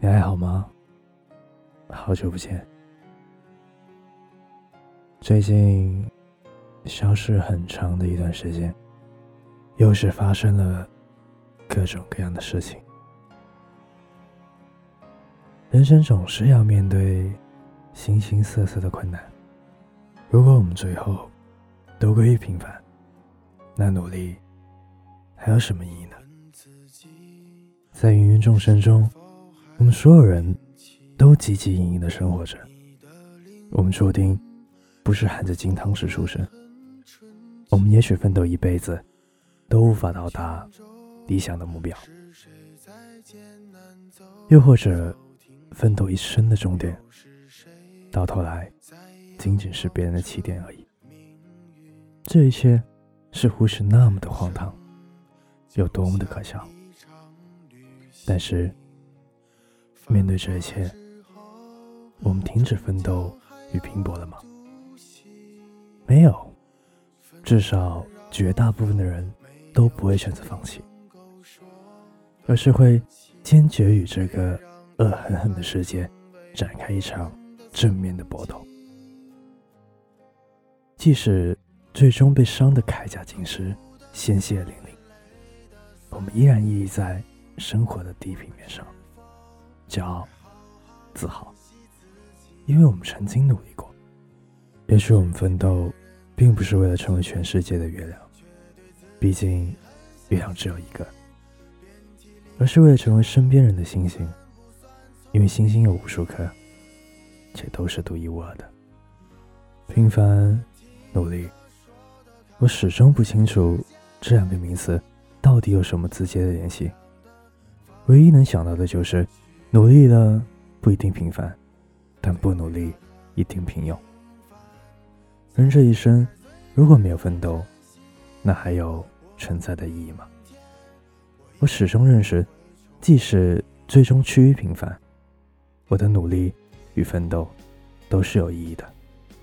你还好吗？好久不见。最近消失很长的一段时间，又是发生了各种各样的事情。人生总是要面对形形色色的困难，如果我们最后都归于平凡，那努力还有什么意义呢？在芸芸众生中，我们所有人都汲汲营营地生活着，我们注定不是含着金汤匙出生，我们也许奋斗一辈子都无法到达理想的目标，又或者奋斗一生的终点，到头来仅仅是别人的起点而已。这一切似乎是那么的荒唐，有多么的可笑。但是面对这一切，我们停止奋斗与拼搏了吗？没有，至少绝大部分的人都不会选择放弃，而是会坚决与这个恶狠狠的世界展开一场正面的搏斗。即使最终被伤得铠甲尽失，鲜血淋漓，我们依然屹立在生活的地平面上，骄傲自豪，因为我们曾经努力过。也许我们奋斗并不是为了成为全世界的月亮，毕竟月亮只有一个，而是为了成为身边人的星星，因为星星有无数颗，且都是独一无二的。平凡努力，我始终不清楚这两个名词到底有什么直接的联系，唯一能想到的就是努力了不一定平凡，但不努力一定平庸。人这一生如果没有奋斗，那还有存在的意义吗？我始终认识，即使最终趋于平凡，我的努力与奋斗都是有意义的。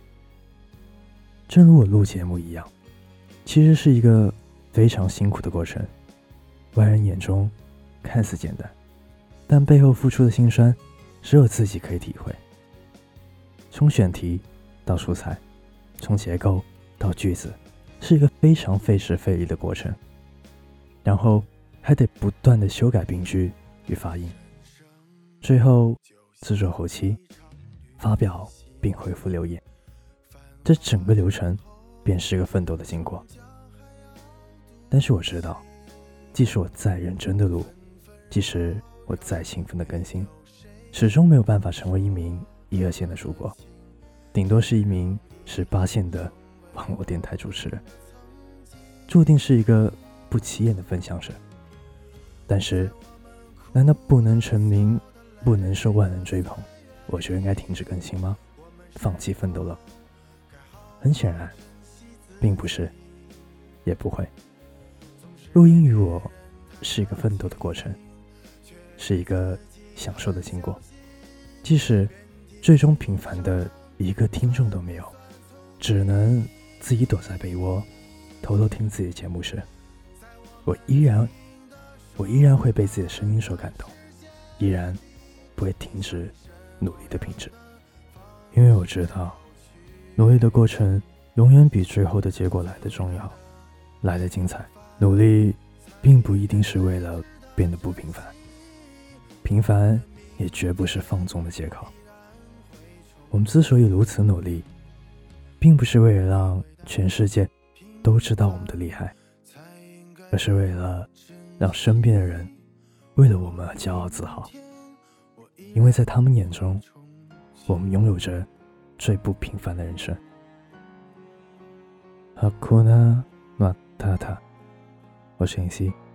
正如我录节目一样，其实是一个非常辛苦的过程，外人眼中看似简单，但背后付出的辛酸只有自己可以体会。从选题到出彩，从结构到句子，是一个非常费时费力的过程，然后还得不断的修改病句与发音，最后制作后期，发表并回复留言，这整个流程便是个奋斗的经过。但是我知道，即使我再认真的录，即使我再勤奋的更新，始终没有办法成为一名1、2线的主播，顶多是一名18线的网络电台主持人，注定是一个不起眼的分享者。但是难道不能成名，不能受万人追捧，我就应该停止更新吗？放弃奋斗了？很显然并不是，也不会。录音于我是一个奋斗的过程，是一个享受的经过。即使最终平凡的一个听众都没有，只能自己躲在被窝偷偷听自己的节目时，我依然会被自己的声音所感动，依然不会停止努力的品质。因为我知道，努力的过程永远比最后的结果来得重要，来得精彩。努力并不一定是为了变得不平凡，平凡也绝不是放纵的借口。我们之所以如此努力，并不是为了让全世界都知道我们的厉害，而是为了让身边的人为了我们而骄傲自豪。因为在他们眼中，我们拥有着最不平凡的人生。Hakuna Matata， 我是尹希。